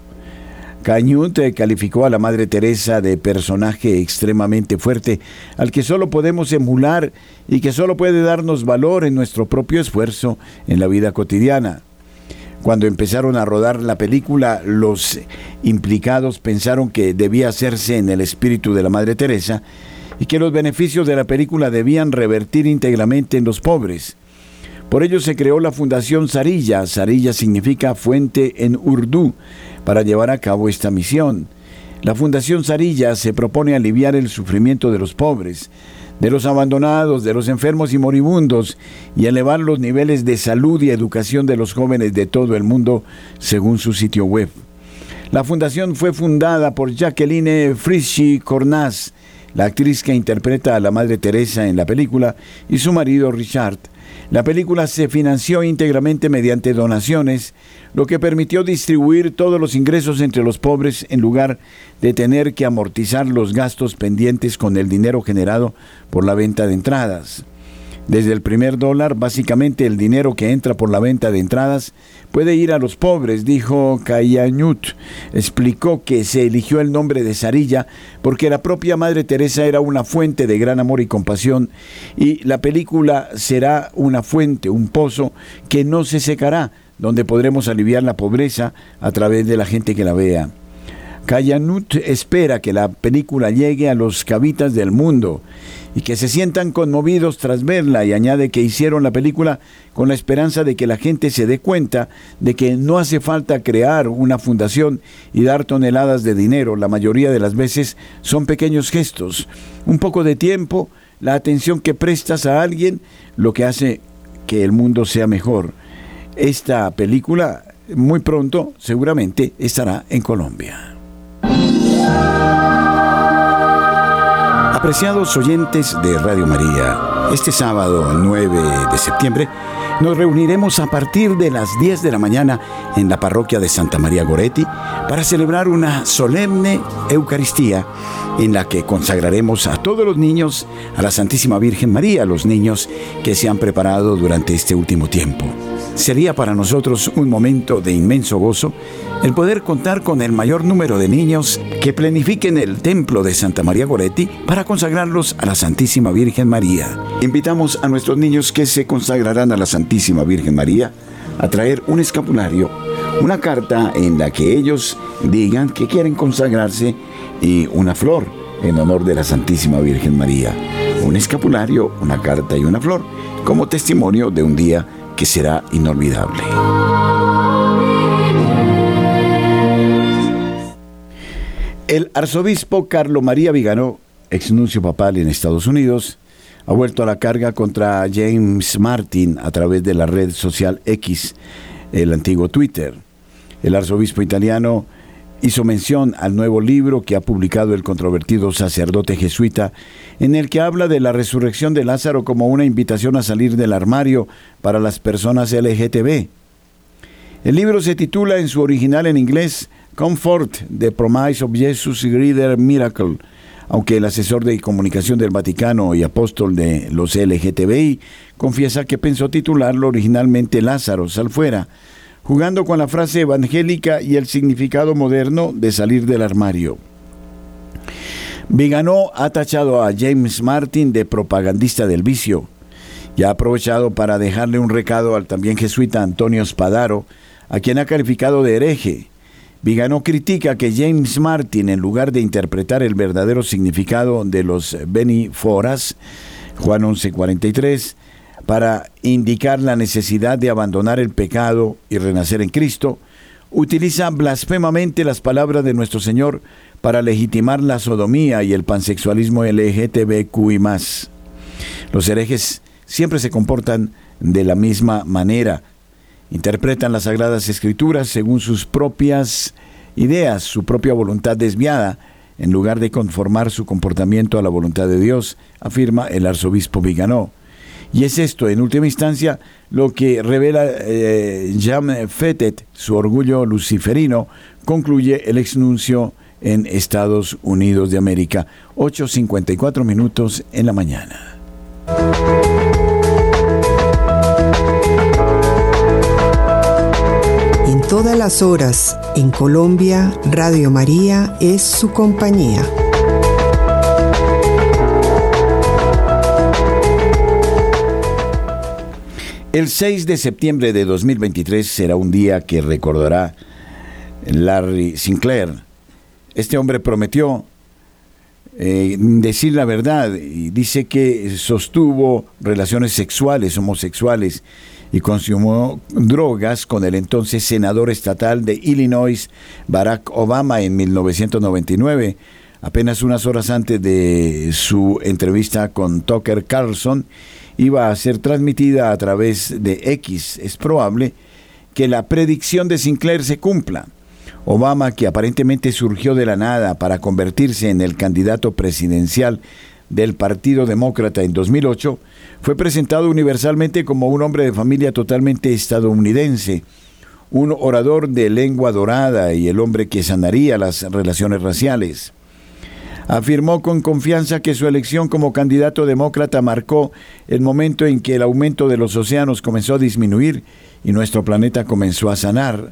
S2: Cañut calificó a la Madre Teresa de personaje extremadamente fuerte, al que solo podemos emular y que solo puede darnos valor en nuestro propio esfuerzo en la vida cotidiana. Cuando empezaron a rodar la película, los implicados pensaron que debía hacerse en el espíritu de la Madre Teresa y que los beneficios de la película debían revertir íntegramente en los pobres. Por ello se creó la Fundación Sarilla. Sarilla significa fuente en urdú, para llevar a cabo esta misión. La Fundación Sarilla se propone aliviar el sufrimiento de los pobres, de los abandonados, de los enfermos y moribundos, y elevar los niveles de salud y educación de los jóvenes de todo el mundo, según su sitio web. La fundación fue fundada por Jacqueline Frischi Cornaz, la actriz que interpreta a la Madre Teresa en la película, y su marido Richard. La película se financió íntegramente mediante donaciones, lo que permitió distribuir todos los ingresos entre los pobres en lugar de tener que amortizar los gastos pendientes con el dinero generado por la venta de entradas. Desde el primer dólar, básicamente el dinero que entra por la venta de entradas puede ir a los pobres, dijo Cañut. Explicó que se eligió el nombre de Sarilla porque la propia Madre Teresa era una fuente de gran amor y compasión, y la película será una fuente, un pozo que no se secará, donde podremos aliviar la pobreza a través de la gente que la vea. Cañut espera que la película llegue a los cavitas del mundo y que se sientan conmovidos tras verla, y añade que hicieron la película con la esperanza de que la gente se dé cuenta de que no hace falta crear una fundación y dar toneladas de dinero. La mayoría de las veces son pequeños gestos, un poco de tiempo, la atención que prestas a alguien, lo que hace que el mundo sea mejor. Esta película muy pronto seguramente estará en Colombia. Apreciados oyentes de Radio María, este sábado 9 de septiembre nos reuniremos a partir de las 10 de la mañana en la parroquia de Santa María Goretti para celebrar una solemne Eucaristía en la que consagraremos a todos los niños a la Santísima Virgen María, los niños que se han preparado durante este último tiempo. Sería para nosotros un momento de inmenso gozo el poder contar con el mayor número de niños que planifiquen el templo de Santa María Goretti para consagrarlos a la Santísima Virgen María. Invitamos a nuestros niños que se consagrarán a la Santísima Virgen María a traer un escapulario, una carta en la que ellos digan que quieren consagrarse, y una flor en honor de la Santísima Virgen María. Un escapulario, una carta y una flor como testimonio de un día que será inolvidable. El arzobispo Carlo María Viganò, exnuncio papal en Estados Unidos, ha vuelto a la carga contra James Martin a través de la red social X, el antiguo Twitter. El arzobispo italiano hizo mención al nuevo libro que ha publicado el controvertido sacerdote jesuita, en el que habla de la resurrección de Lázaro como una invitación a salir del armario para las personas LGTB. El libro se titula en su original en inglés Comfort, The Promise of Jesus Greater Miracle, aunque el asesor de comunicación del Vaticano y apóstol de los LGTBI confiesa que pensó titularlo originalmente Lázaro, sal fuera, jugando con la frase evangélica y el significado moderno de salir del armario. Viganò ha tachado a James Martin de propagandista del vicio y ha aprovechado para dejarle un recado al también jesuita Antonio Spadaro, a quien ha calificado de hereje. Viganò critica que James Martin, en lugar de interpretar el verdadero significado de los Beni Foras, Juan 11:43, para indicar la necesidad de abandonar el pecado y renacer en Cristo, utiliza blasfemamente las palabras de nuestro Señor para legitimar la sodomía y el pansexualismo LGTBQI+. Los herejes siempre se comportan de la misma manera. Interpretan las Sagradas Escrituras según sus propias ideas, su propia voluntad desviada, en lugar de conformar su comportamiento a la voluntad de Dios, afirma el arzobispo Viganò. Y es esto, en última instancia, lo que revela Jan Fettet, su orgullo luciferino, concluye el exnuncio en Estados Unidos de América. 8:54 en la mañana.
S7: En todas las horas, en Colombia, Radio María es su compañía.
S2: El 6 de septiembre de 2023 será un día que recordará Larry Sinclair. Este hombre prometió decir la verdad y dice que sostuvo relaciones sexuales, homosexuales y consumió drogas con el entonces senador estatal de Illinois, Barack Obama, en 1999. Apenas unas horas antes de su entrevista con Tucker Carlson, iba a ser transmitida a través de X. Es probable que la predicción de Sinclair se cumpla. Obama, que aparentemente surgió de la nada para convertirse en el candidato presidencial del Partido Demócrata en 2008, fue presentado universalmente como un hombre de familia totalmente estadounidense, un orador de lengua dorada y el hombre que sanaría las relaciones raciales. Afirmó con confianza que su elección como candidato demócrata marcó el momento en que el aumento de los océanos comenzó a disminuir y nuestro planeta comenzó a sanar.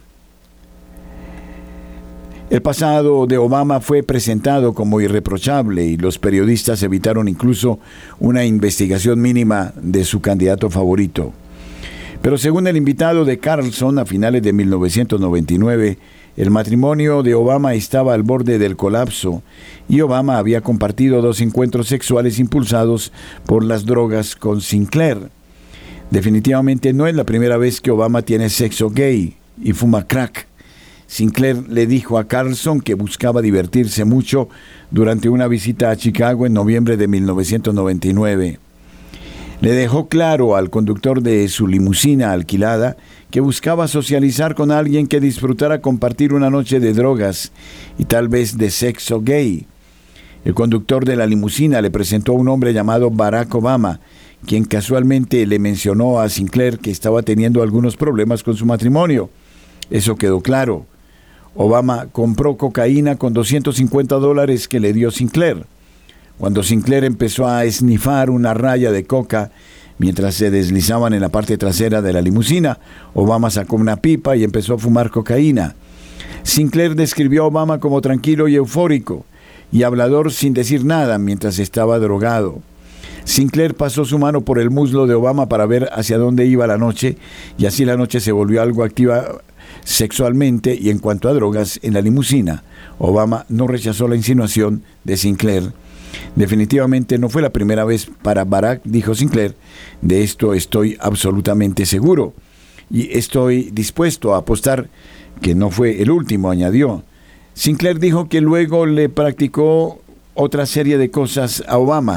S2: El pasado de Obama fue presentado como irreprochable y los periodistas evitaron incluso una investigación mínima de su candidato favorito. Pero según el invitado de Carlson, a finales de 1999, el matrimonio de Obama estaba al borde del colapso y Obama había compartido 2 encuentros sexuales impulsados por las drogas con Sinclair. Definitivamente no es la primera vez que Obama tiene sexo gay y fuma crack. Sinclair le dijo a Carlson que buscaba divertirse mucho durante una visita a Chicago en noviembre de 1999. Le dejó claro al conductor de su limusina alquilada que buscaba socializar con alguien que disfrutara compartir una noche de drogas y tal vez de sexo gay. El conductor de la limusina le presentó a un hombre llamado Barack Obama, quien casualmente le mencionó a Sinclair que estaba teniendo algunos problemas con su matrimonio. Eso quedó claro. Obama compró cocaína con $250 que le dio Sinclair. Cuando Sinclair empezó a esnifar una raya de coca mientras se deslizaban en la parte trasera de la limusina, Obama sacó una pipa y empezó a fumar cocaína. Sinclair describió a Obama como tranquilo y eufórico y hablador sin decir nada mientras estaba drogado. Sinclair pasó su mano por el muslo de Obama para ver hacia dónde iba la noche y así la noche se volvió algo activa sexualmente. Y en cuanto a drogas, en la limusina, Obama no rechazó la insinuación de Sinclair. Definitivamente no fue la primera vez para Barack, dijo Sinclair. De esto estoy absolutamente seguro y estoy dispuesto a apostar que no fue el último, añadió. Sinclair dijo que luego le practicó otra serie de cosas a Obama,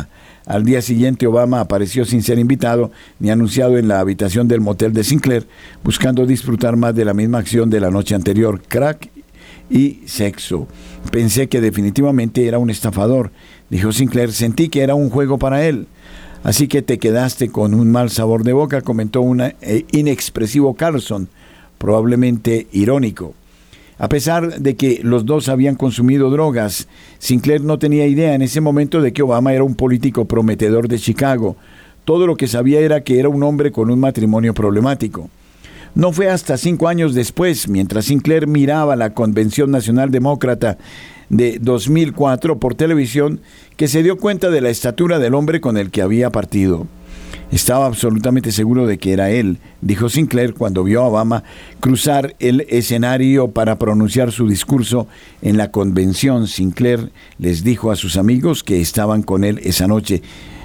S2: Al día siguiente, Obama apareció sin ser invitado ni anunciado en la habitación del motel de Sinclair, buscando disfrutar más de la misma acción de la noche anterior, crack y sexo. Pensé que definitivamente era un estafador, dijo Sinclair. Sentí que era un juego para él. Así que te quedaste con un mal sabor de boca, comentó un inexpresivo Carlson, probablemente irónico. A pesar de que los dos habían consumido drogas, Sinclair no tenía idea en ese momento de que Obama era un político prometedor de Chicago. Todo lo que sabía era que era un hombre con un matrimonio problemático. No fue hasta 5 años después, mientras Sinclair miraba la Convención Nacional Demócrata de 2004 por televisión, que se dio cuenta de la estatura del hombre con el que había partido. Estaba absolutamente seguro de que era él, dijo Sinclair cuando vio a Obama cruzar el escenario para pronunciar su discurso en la convención. Sinclair les dijo a sus amigos que estaban con él esa noche.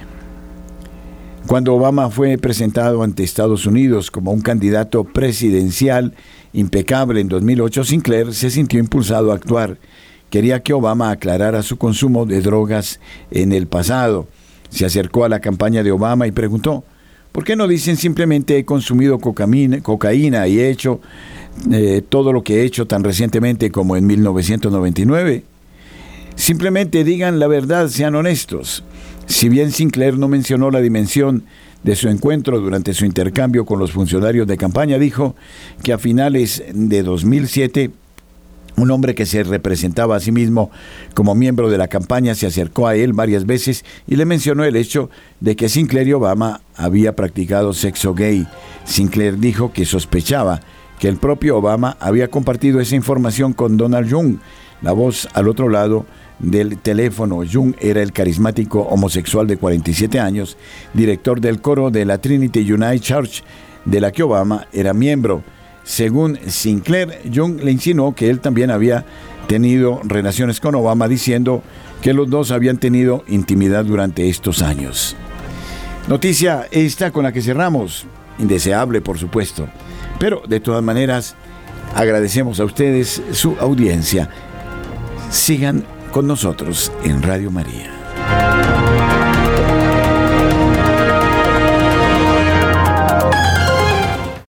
S2: Cuando Obama fue presentado ante Estados Unidos como un candidato presidencial impecable en 2008, Sinclair se sintió impulsado a actuar. Quería que Obama aclarara su consumo de drogas en el pasado. Se acercó a la campaña de Obama y preguntó: ¿por qué no dicen simplemente he consumido cocaína y he hecho todo lo que he hecho tan recientemente como en 1999? Simplemente digan la verdad, sean honestos. Si bien Sinclair no mencionó la dimensión de su encuentro durante su intercambio con los funcionarios de campaña, dijo que a finales de 2007, un hombre que se representaba a sí mismo como miembro de la campaña se acercó a él varias veces y le mencionó el hecho de que Sinclair y Obama había practicado sexo gay. Sinclair dijo que sospechaba que el propio Obama había compartido esa información con Donald Young, la voz al otro lado del teléfono. Young era el carismático homosexual de 47 años, director del coro de la Trinity United Church, de la que Obama era miembro. Según Sinclair, Young le insinuó que él también había tenido relaciones con Obama, diciendo que los dos habían tenido intimidad durante estos años. Noticia esta con la que cerramos, indeseable por supuesto, pero de todas maneras agradecemos a ustedes su audiencia. Sigan con nosotros en Radio María.